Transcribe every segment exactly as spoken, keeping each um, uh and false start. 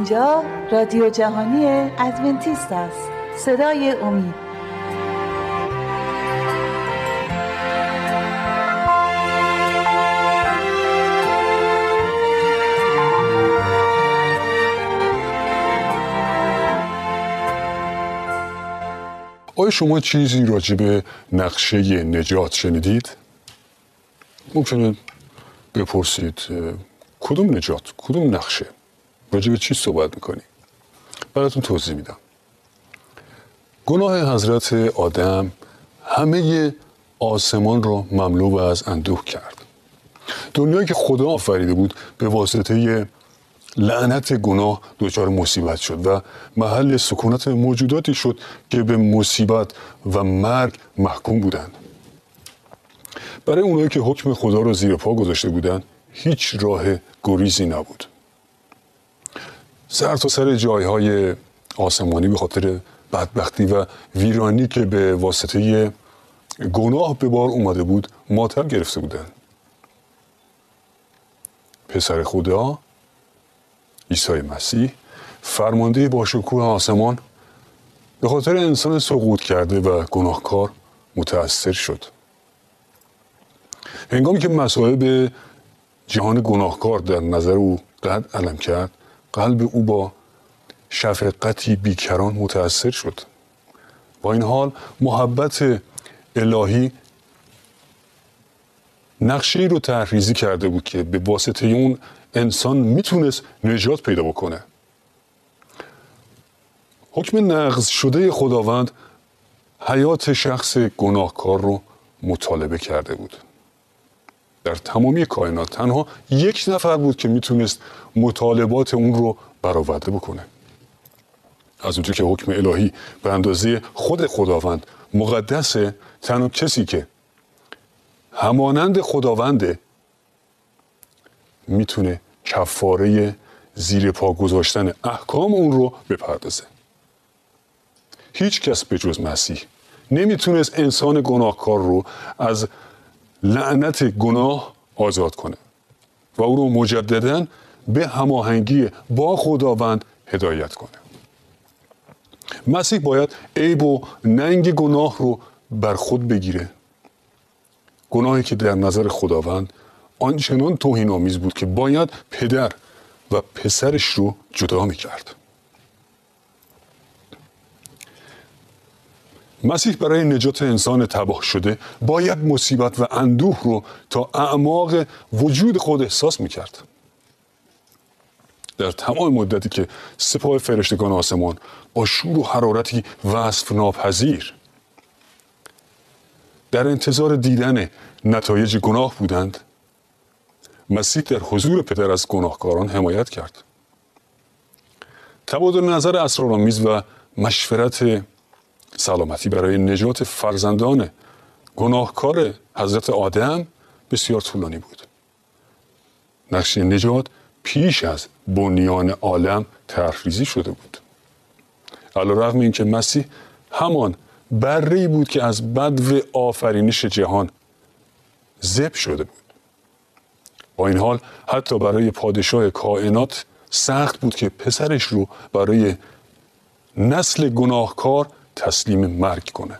اینجا رادیو جهانی ادونتیست است، صدای امید. آیا شما چیزی راجع به نقشه نجات شنیدید؟ ممکنه بپرسید کدوم نجات؟ کدوم نقشه؟ راجع به چی صحبت میکنی؟ براتون توضیح میدم. گناه حضرت آدم همه آسمان را مملو از اندوه کرد. دنیایی که خدا آفریده بود به واسطه لعنت گناه دچار مصیبت شد و محل سکونت موجوداتی شد که به مصیبت و مرگ محکوم بودند. برای اونایی که حکم خدا را زیر پا گذاشته بودند هیچ راه گریزی نبود. سر تا سر جایهای آسمانی به خاطر بدبختی و ویرانی که به واسطه گناه به بار اومده بود ماتم گرفته بودند. پسر خدا عیسی مسیح فرمانده باشکوه آسمان به خاطر انسان سقوط کرده و گناهکار متأثر شد. هنگامی که مصائب جهان گناهکار در نظر او قد علم کرد، قلب او با شفقتی بیکران متأثر شد. با این حال محبت الهی نقشه‌ای رو طرح‌ریزی کرده بود که به واسطه اون انسان میتونست نجات پیدا بکنه. حکم نقض شده خداوند حیات شخص گناهکار رو مطالبه کرده بود. در تمامی کائنات تنها یک نفر بود که میتونست مطالبات اون رو برآورده بکنه. از اونجا که حکم الهی به اندازه خود خداوند مقدسه، تنها کسی که همانند خداونده میتونه کفاره زیر پا گذاشتن احکام اون رو بپردازه. هیچ کس به جز مسیح نمیتونست انسان گناهکار رو از لعنت گناه آزاد کنه و او رو مجدداً به هماهنگی با خداوند هدایت کنه. مسیح باید عیب و ننگ گناه رو بر خود بگیره. گناهی که در نظر خداوند آنچنان توهین‌آمیز بود که باید پدر و پسرش رو جدا می‌کرد. مسیح برای نجات انسان تباه شده باید مصیبت و اندوه رو تا اعماق وجود خود احساس می‌کرد. در تمام مدتی که سپاه فرشتگان آسمان با شور و حرارتی وصف ناپذیر در انتظار دیدن نتایج گناه بودند، مسیح در حضور پدر از گناهکاران حمایت کرد. تبادل نظر اسرارآمیز و مشورت سلامتی برای نجات فرزندان گناهکار حضرت آدم بسیار طولانی بود. نقشه نجات پیش از بنیان عالم طرح‌ریزی شده بود. علی‌رغم اینکه مسیح همان بره‌ای بود که از بدو آفرینش جهان ذبح شده بود. با این حال حتی برای پادشاه کائنات سخت بود که پسرش رو برای نسل گناهکار تسلیم مرگ کنه.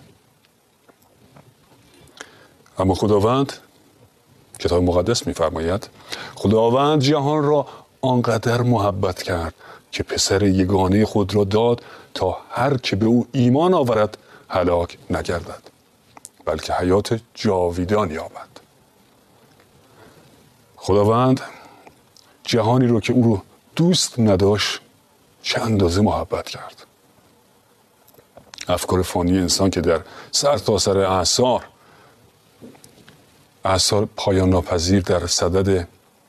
اما خداوند، کتاب مقدس می‌فرماید، خداوند جهان را آنقدر محبت کرد که پسر یگانه خود را داد تا هر که به او ایمان آورد هلاک نگردد بلکه حیات جاویدان یابد. خداوند جهانی رو که او رو دوست نداشت چه اندازه محبت کرد. افکار فانی انسان که در سر تا سر اعصار اعصار پایان ناپذیر در صدد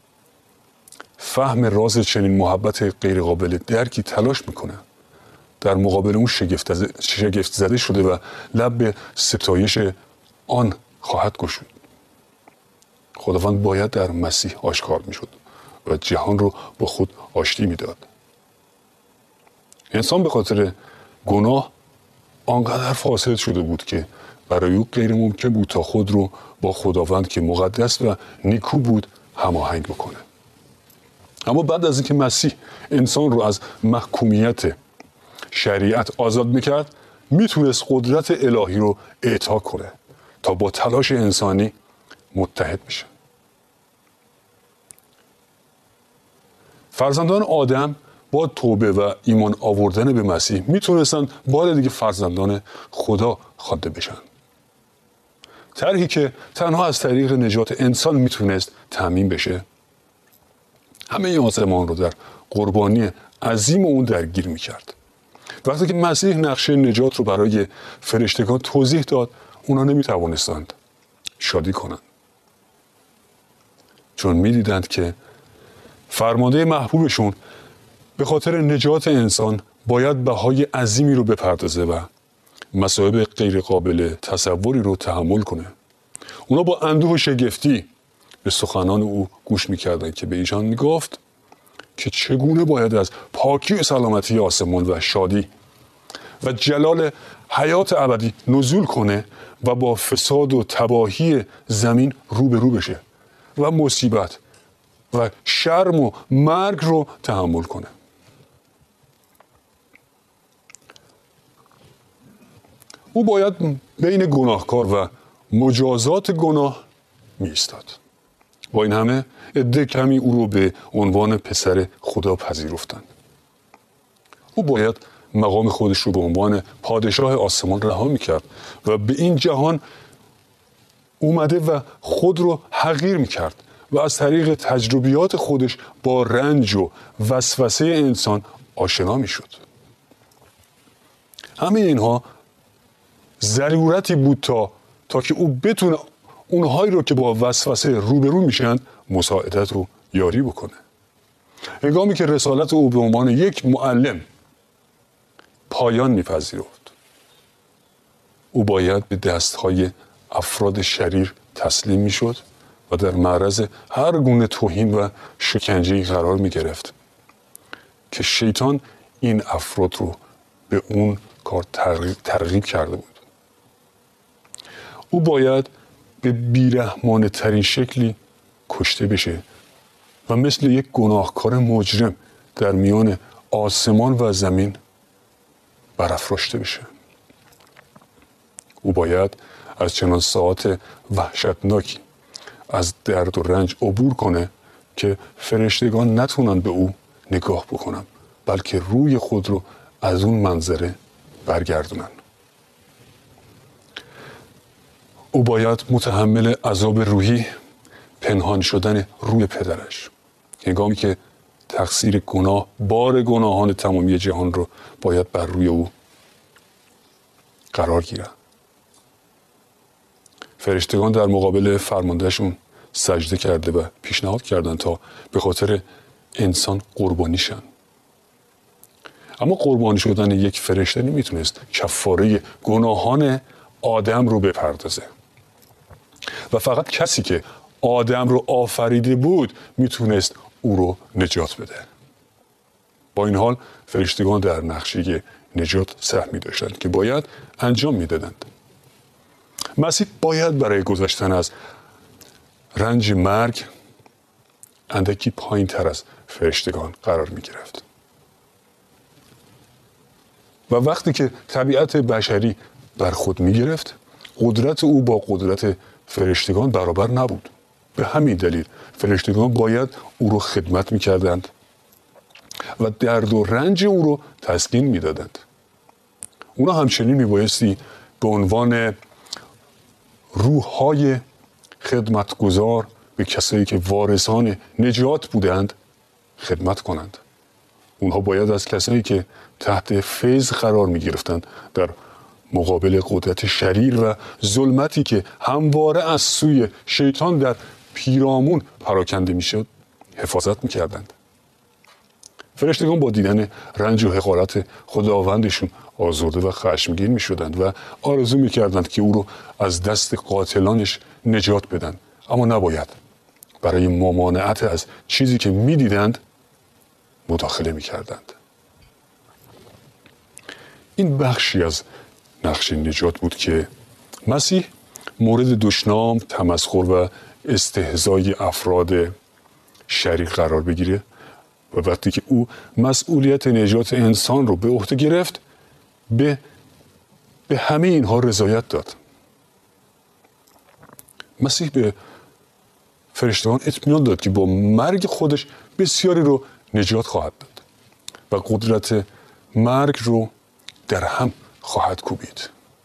فهم راز چنین محبت غیر قابل درکی تلاش میکنه، در مقابل اون شگفت زده, شگفت زده شده و لب به ستایش آن خواهد گشود. خداوند باید در مسیح آشکار میشد و جهان رو با خود آشتی میداد. انسان به خاطر گناه آنقدر فاسد شده بود که برای او غیر ممکن بود تا خود رو با خداوند که مقدس و نیکو بود هماهنگ بکنه. اما بعد از اینکه مسیح انسان رو از محکومیت شریعت آزاد میکرد، میتونست قدرت الهی رو اعطا کنه تا با تلاش انسانی متحد بشه. فرزندان آدم با توبه و ایمان آوردن به مسیح میتونستن بار دیگه فرزندان خدا خوانده بشن. طرحی که تنها از طریق نجات انسان میتونست تأمین بشه، همه آسمان رو در قربانی عظیم اون درگیر میکرد. وقتی که مسیح نقشه نجات رو برای فرشتگان توضیح داد، اونا نمیتوانستند شادی کنند، چون میدیدند که فرمانده محبوبشون به خاطر نجات انسان باید بهای عظیمی رو بپردازه و مصائب غیر قابل تصوری رو تحمل کنه. اونا با اندوه و شگفتی به سخنان او گوش میکردند که به ایشان میگفت که چگونه باید از پاکی و سلامتی آسمان و شادی و جلال حیات ابدی نزول کنه و با فساد و تباهی زمین روبرو بشه و مصیبت و شرم و مرگ رو تحمل کنه. او باید بین گناهکار و مجازات گناه می ایستاد. با این همه عده کمی او رو به عنوان پسر خدا پذیرفتند. او باید مقام خودش رو به عنوان پادشاه آسمان رها می کرد و به این جهان اومده و خود رو حقیر می کرد و از طریق تجربیات خودش با رنج و وسوسه انسان آشنا می شد. همه اینها ضرورتی بود تا تا که او بتونه اونهایی رو که با وسوسه روبرو میشن مساعدت و یاری بکنه. هنگامی که رسالت او به عنوان یک معلم پایان میپذیرفت، او باید به دستهای افراد شریر تسلیم میشد و در معرض هر گونه توهین و شکنجه‌ای قرار میگرفت که شیطان این افراد رو به اون کار ترغیب, ترغیب کرده بود. او باید به بیرحمانه ترین شکلی کشته بشه و مثل یک گناهکار مجرم در میان آسمان و زمین برافراشته بشه. او باید از چنان ساعات وحشتناکی از درد و رنج عبور کنه که فرشتگان نتونن به او نگاه بکنن، بلکه روی خود رو از اون منظره برگردونن. او باید متحمل عذاب روحی پنهان شدن روی پدرش، هنگامی که تقصیر گناه، بار گناهان تمامی جهان رو باید بر روی او قرار گیرد. فرشتگان در مقابل فرماندهشون سجده کرده و پیشنهاد کردند تا به خاطر انسان قربانی شن. اما قربانی شدن یک فرشته نمیتونست کفاره گناهان آدم رو بپردازه و فقط کسی که آدم رو آفریده بود میتونست او رو نجات بده. با این حال فرشتگان در نقشه نجات سهمی داشتند که باید انجام میدادند. مسیح باید برای گذشتن از رنج مرگ اندکی پایین تر از فرشتگان قرار می گرفت. و وقتی که طبیعت بشری بر خود می گرفت، قدرت او با قدرت فرشتگان برابر نبود. به همین دلیل فرشتگان باید او رو خدمت می کردند و درد و رنج او رو تسکین می دادند. اونا همچنین می بایستی به عنوان روح‌های خدمتگزار به کسایی که وارثان نجات بودند خدمت کنند. اونها باید از کسایی که تحت فیض قرار می گرفتند در مقابل قدرت شریر و ظلمتی که همواره از سوی شیطان در پیرامون پراکنده می شد حفاظت می کردند. فرشتگان با دیدن رنج و حقارت خداوندشون آزرده و خشمگین می شدند و آرزو می کردند که او رو از دست قاتلانش نجات بدن، اما نباید برای ممانعت از چیزی که می دیدند مداخله می کردند. این بخشی از نقش نجات بود که مسیح مورد دشنام، تمسخر و استهزای افراد شریر قرار بگیره و وقتی که او مسئولیت نجات انسان رو به عهده گرفت به به همه اینها رضایت داد. مسیح به فرشتگان اطمینان داد که با مرگ خودش بسیاری رو نجات خواهد داد و قدرت مرگ رو در هم خواهد کوبید.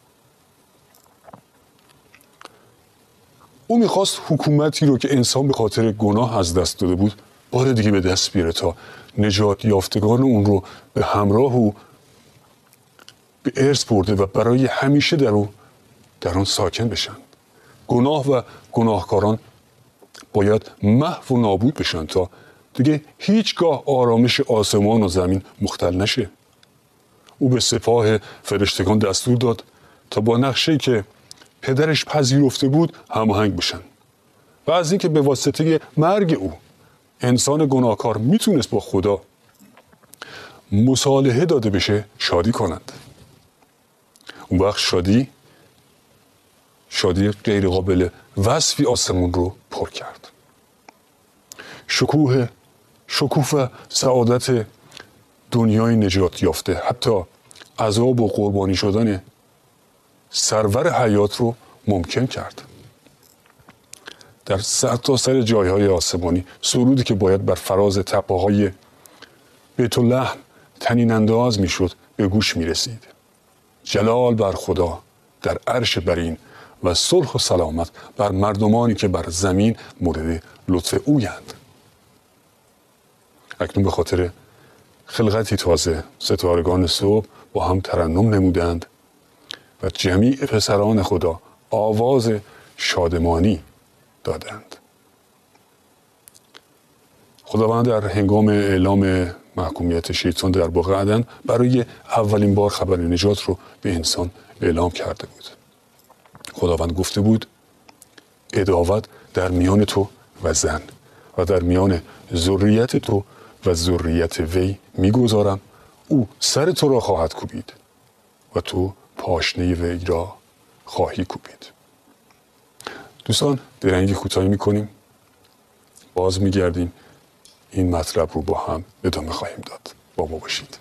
او میخواست حکومتی رو که انسان به خاطر گناه از دست داده بود بار دیگه به دست بیاره تا نجات یافتگان اون رو به همراه او به ارث برده و برای همیشه در او در آن ساکن بشن. گناه و گناهکاران باید محو و نابود بشن تا دیگه هیچگاه آرامش آسمان و زمین مختل نشه. او به سپاه فرشتگان دستور داد تا با نقشه‌ای که پدرش پذیرفته بود هماهنگ بشن و از اینکه به واسطه مرگ او انسان گناهکار میتونست با خدا مصالحه داده بشه شادی کنند. اون وقت شادی شادی غیر قابل وصفی آسمون رو پر کرد. شکوه شکوه و سعادت دنیای نجات یافته حتی عذاب و قربانی شدن سرور حیات رو ممکن کرد. در سرتاسر جایهای آسمانی سرودی که باید بر فراز تپه‌های بیت لحم طنین انداز میشد به گوش می رسید. جلال بر خدا در عرش برین و صلح و سلامت بر مردمانی که بر زمین مورد لطف اویند. اکنون به خاطر خلقتی تازه ستارگان صبح با هم ترنم نمودند و جمیع پسران خدا آواز شادمانی دادند. خداوند در هنگام اعلام محکومیت شیطان در باغ عدن برای اولین بار خبر نجات رو به انسان اعلام کرده بود. خداوند گفته بود عداوت در میان تو و زن و در میان ذریت تو و ذریت وی میگذارم، او سر تو را خواهد کوبید و تو پاشنه وی را خواهی کوبید. دوستان درنگی کوتاهی میکنیم، باز میگردیم این مطلب رو با هم ادامه خواهیم داد. با ما باشید.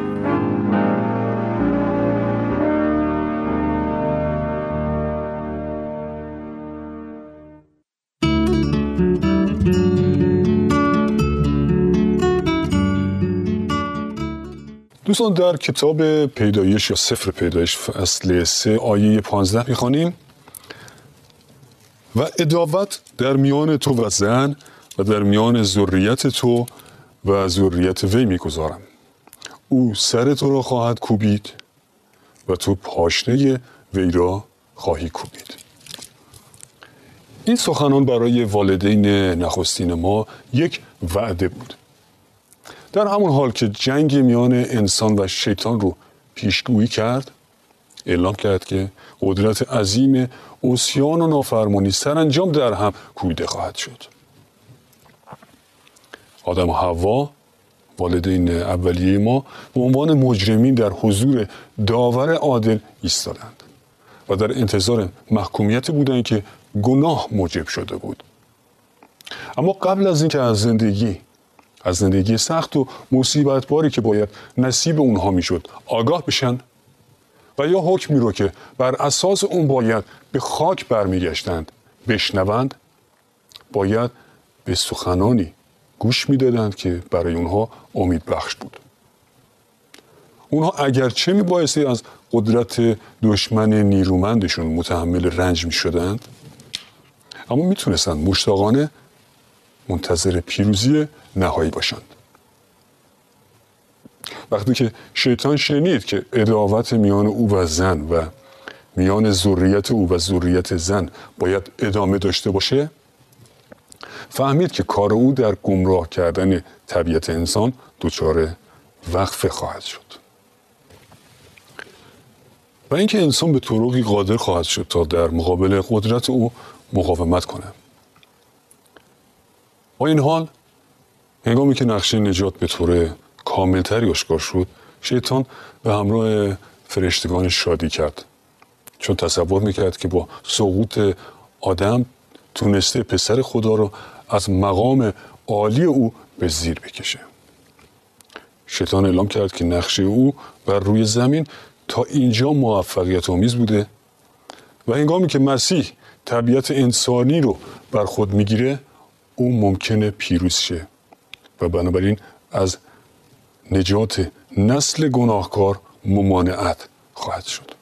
دوستان در کتاب پیدایش یا سفر پیدایش فصل سه آیه پانزده میخوانیم و عداوت در میان تو و زن و در میان ذریت تو و ذریت وی میگذارم، او سر تو را خواهد کوبید و تو پاشنه وی را خواهی کوبید. این سخنان برای والدین نخستین ما یک وعده بود. در همون حال که جنگ میان انسان و شیطان رو پیشگویی کرد، اعلام کرد که قدرت عظیم عصیان و نافرمانی سرانجام در هم کوبیده خواهد شد. آدم و حوا، والدین اولیه ما، به عنوان مجرمین در حضور داور عادل ایستادند و در انتظار محکومیت بودند که گناه موجب شده بود. اما قبل از اینکه از زندگی از زندگی سخت و مصیبت باری که باید نصیب اونها میشد آگاه بشن و یا حکمی رو که بر اساس اون باید به خاک برمیگشتند بشنوند، باید به سخنانی گوش میدادند که برای اونها امید بخش بود. اونها اگرچه میبایستی از قدرت دشمن نیرومندشون متحمل رنج میشدند، اما میتونستند مشتاقانه منتظر پیروزی نهایی باشند. وقتی که شیطان شنید که عداوت میان او و زن و میان ذریت او و ذریت زن باید ادامه داشته باشه، فهمید که کار او در گمراه کردن طبیعت انسان دچار وقفه خواهد شد و اینکه انسان به طرقی قادر خواهد شد تا در مقابل قدرت او مقاومت کنه. با این حال هنگامی که نقشه نجات به طور کاملتری آشکار شد، شیطان به همراه فرشتگان شادی کرد، چون تصور میکرد که با سقوط آدم تونسته پسر خدا رو از مقام عالی او به زیر بکشه. شیطان اعلام کرد که نقشه او بر روی زمین تا اینجا موفقیت آمیز بوده و هنگامی که مسیح طبیعت انسانی رو بر خود میگیره او ممکنه پیروز شه و بنابراین از نجات نسل گناهکار ممانعت خواهد شد.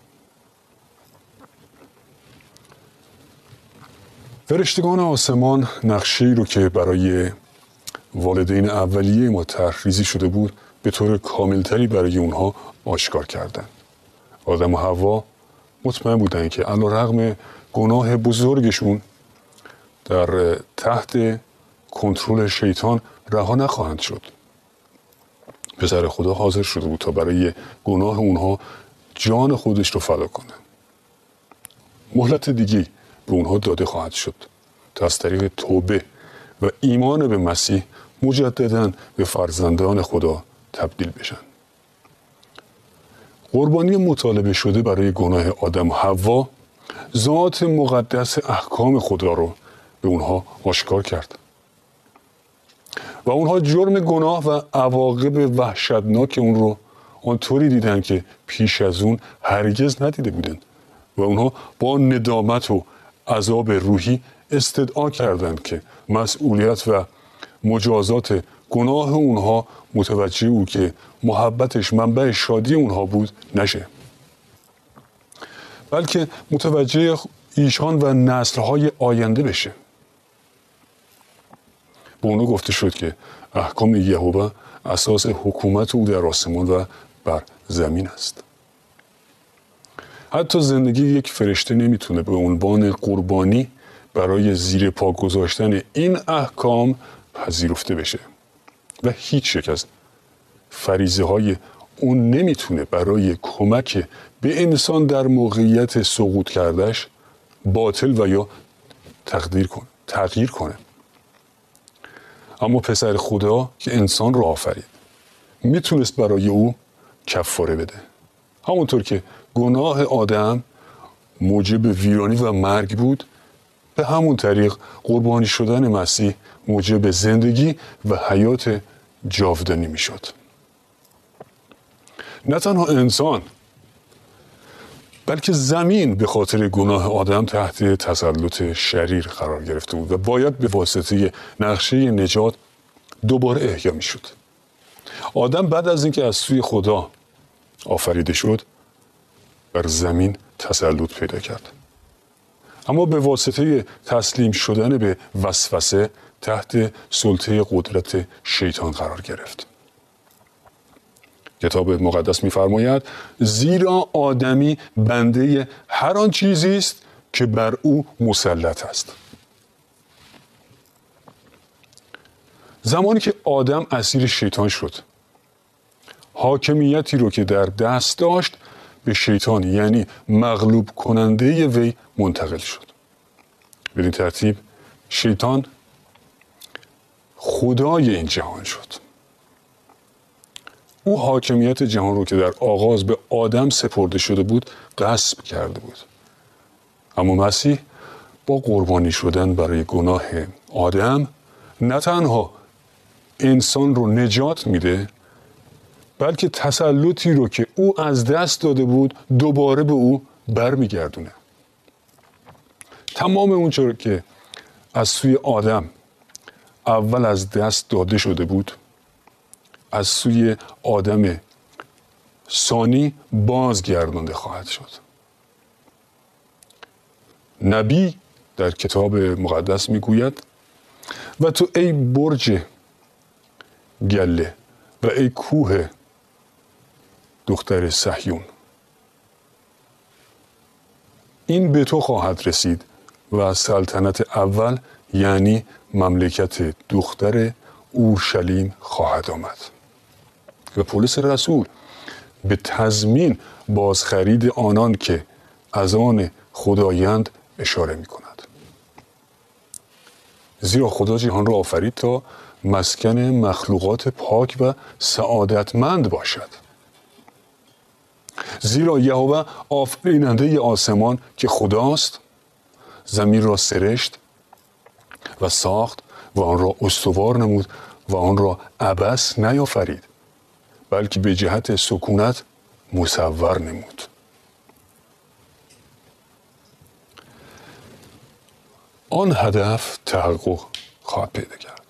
فرشتگان آسمان نقشه‌ای رو که برای والدین اولیه ما طرح‌ریزی شده بود به طور کاملتری برای اونها آشکار کردند. آدم و حوا مطمئن بودند که علیرغم گناه بزرگشون در تحت کنترل شیطان رها نخواهند شد. پسر خدا حاضر شده بود تا برای گناه اونها جان خودش رو فدا کنه. مهلت دیگه به اونها داده خواهد شد تا از طریق توبه و ایمان به مسیح مجدداً به فرزندان خدا تبدیل بشن. قربانی مطالبه شده برای گناه آدم و حوا ذات مقدس احکام خدا رو به اونها آشکار کرد و اونها جرم گناه و عواقب وحشتناک اون رو آنطوری دیدن که پیش از اون هرگز ندیده بودن و اونها با ندامت و عذاب روحی استدعا کردند که مسئولیت و مجازات گناه اونها متوجه او که محبتش منبع شادی اونها بود نشه، بلکه متوجه ایشان و نسل‌های آینده بشه. به اونها گفته شد که احکام یهوه اساس حکومت او در آسمان و بر زمین است. حتی زندگی یک فرشته نمیتونه به عنوان قربانی برای زیر پا گذاشتن این احکام پذیرفته بشه و هیچ یک از فریضه های اون نمیتونه برای کمک به انسان در موقعیت سقوط کردش باطل و یا تقدیر کنه تغییر کنه. اما پسر خدا که انسان را آفرید میتونست برای او کفاره بده. همونطور که گناه آدم موجب ویرانی و مرگ بود، به همون طریق قربانی شدن مسیح موجب زندگی و حیات جاودانی میشد. نه تنها انسان بلکه زمین به خاطر گناه آدم تحت تسلط شریر قرار گرفته بود و باید به واسطه نقشه نجات دوباره احیا میشد. آدم بعد از اینکه از سوی خدا آفریده شد بر زمین تسلط پیدا کرد، اما به واسطه تسلیم شدن به وسوسه تحت سلطه قدرت شیطان قرار گرفت. کتاب مقدس می‌فرماید زیرا آدمی بنده هر آن چیزی است که بر او مسلط است. زمانی که آدم اسیر شیطان شد، حاکمیتی رو که در دست داشت به شیطان یعنی مغلوب کننده وی منتقل شد. بدین ترتیب شیطان خدای این جهان شد. او حاکمیت جهان رو که در آغاز به آدم سپرده شده بود غصب کرده بود. اما مسیح با قربانی شدن برای گناه آدم نه تنها انسان رو نجات میده، بلکه تسلطی رو که او از دست داده بود دوباره به او برمیگردونه. تمام اون چیزی که از سوی آدم اول از دست داده شده بود از سوی آدم ثانی بازگردانده خواهد شد. نبی در کتاب مقدس میگوید و تو ای برج گله و ای کوه دختر صهیون، این به تو خواهد رسید و سلطنت اول یعنی مملکت دختر اورشلیم خواهد آمد. و پولس رسول به تضمین بازخرید آنان که از آن خدایند اشاره می کند. زیرا خدا جهان را آفرید تا مسکن مخلوقات پاک و سعادتمند باشد. زیرا یهوه آفریننده آسمان که خداست زمین را سرشت و ساخت و آن را استوار نمود و آن را عبث نیافرید، بلکه به جهت سکونت مصور نمود. آن هدف تحقق خواهد پیدا کرد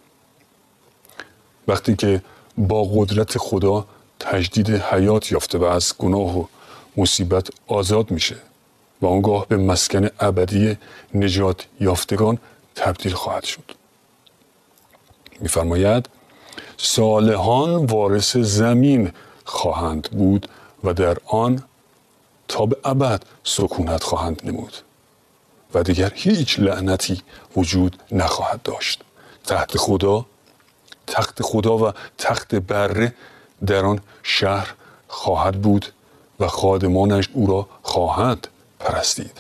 وقتی که با قدرت خدا تجدید حیات یافته و از گناه و مصیبت آزاد میشه و آنگاه به مسکن ابدی نجات یافتگان تبدیل خواهد شد. می‌فرماید صالحان وارث زمین خواهند بود و در آن تا به ابد سکونت خواهند نمود و دیگر هیچ لعنتی وجود نخواهد داشت. تحت خدا تخت خدا و تخت بره در آن شهر خواهد بود و خادمانش او را خواهند پرستید.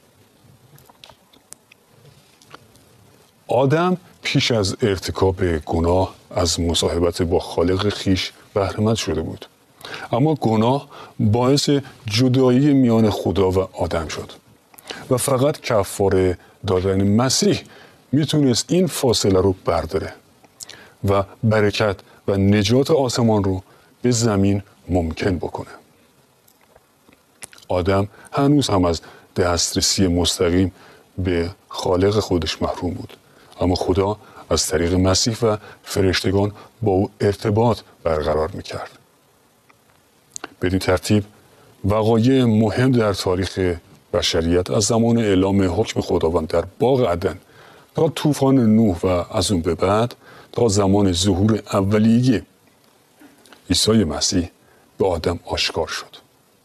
آدم پیش از ارتکاب گناه از مصاحبت با خالق خیش بهره‌مند شده بود، اما گناه باعث جدایی میان خدا و آدم شد و فقط کفاره دادن مسیح میتونست این فاصله رو برداره و برکت و نجات آسمان رو به زمین ممکن بکنه. آدم هنوز هم از دسترسی مستقیم به خالق خودش محروم بود، اما خدا از طریق مسیح و فرشتگان با او ارتباط برقرار میکرد. بدین ترتیب وقایع مهم در تاریخ بشریت از زمان اعلام حکم خداوند در باغ عدن تا طوفان نوح و از اون به بعد تا زمان ظهور اولیه عیسی مسیح به آدم آشکار شد.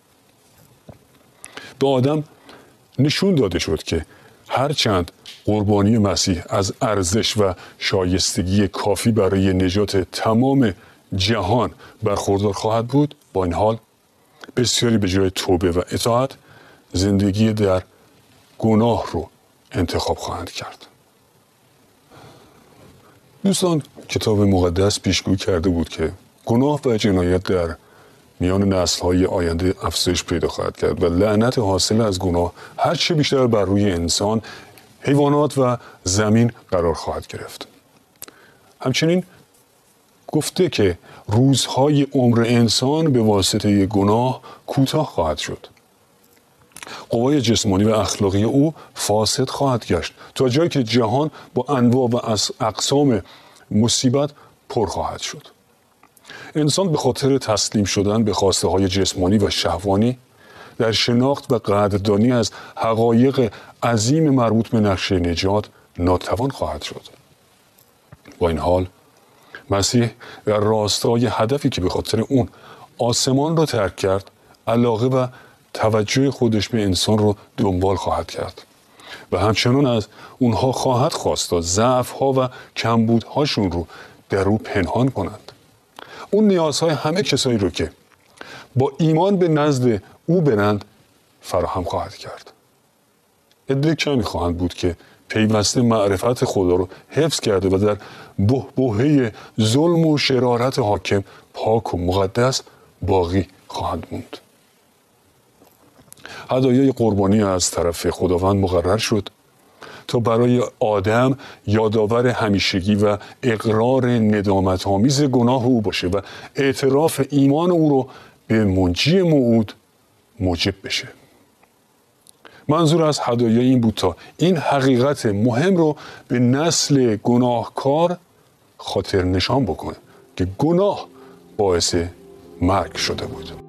به آدم نشون داده شد که هرچند قربانی مسیح از ارزش و شایستگی کافی برای نجات تمام جهان برخوردار خواهد بود، با این حال بسیاری به جای توبه و اطاعت زندگی در گناه رو انتخاب خواهند کرد. دوستان، کتاب مقدس پیشگویی کرده بود که گناه و جنایت در میان نسل‌های آینده افزایش پیدا خواهد کرد و لعنت حاصل از گناه هر چه بیشتر بر روی انسان، حیوانات و زمین قرار خواهد گرفت. همچنین گفته که روزهای عمر انسان به واسطه گناه کوتاه خواهد شد. قوای جسمانی و اخلاقی او فاسد خواهد گشت تا جایی که جهان با انواع و اقسام مصیبت پر خواهد شد. انسان به خاطر تسلیم شدن به خواسته های جسمانی و شهوانی در شناخت و قدردانی از حقایق عظیم مربوط به نقشه نجات ناتوان خواهد شد. با این حال مسیح در راستای هدفی که به خاطر اون آسمان را ترک کرد، علاقه و توجه خودش به انسان رو دنبال خواهد کرد و همچنان از اونها خواهد خواست تا ضعف‌ها و کمبودهاشون رو در او پنهان کنند. اون نیازهای همه کسایی رو که با ایمان به نزد او برند فراهم خواهد کرد. عده کمی خواهند بود که پیوسته معرفت خدا رو حفظ کرده و در بحبوحه ظلم و شرارت حاکم پاک و مقدس باقی خواهند موند. هدایای قربانی از طرف خداوند مقرر شد تا برای آدم یادآور همیشگی و اقرار ندامت آمیز گناه او باشه و اعتراف ایمان او رو به منجی موعود موجب بشه. منظور از هدایا این بود تا این حقیقت مهم رو به نسل گناهکار خاطر نشان بکنه که گناه باعث مرگ شده بود.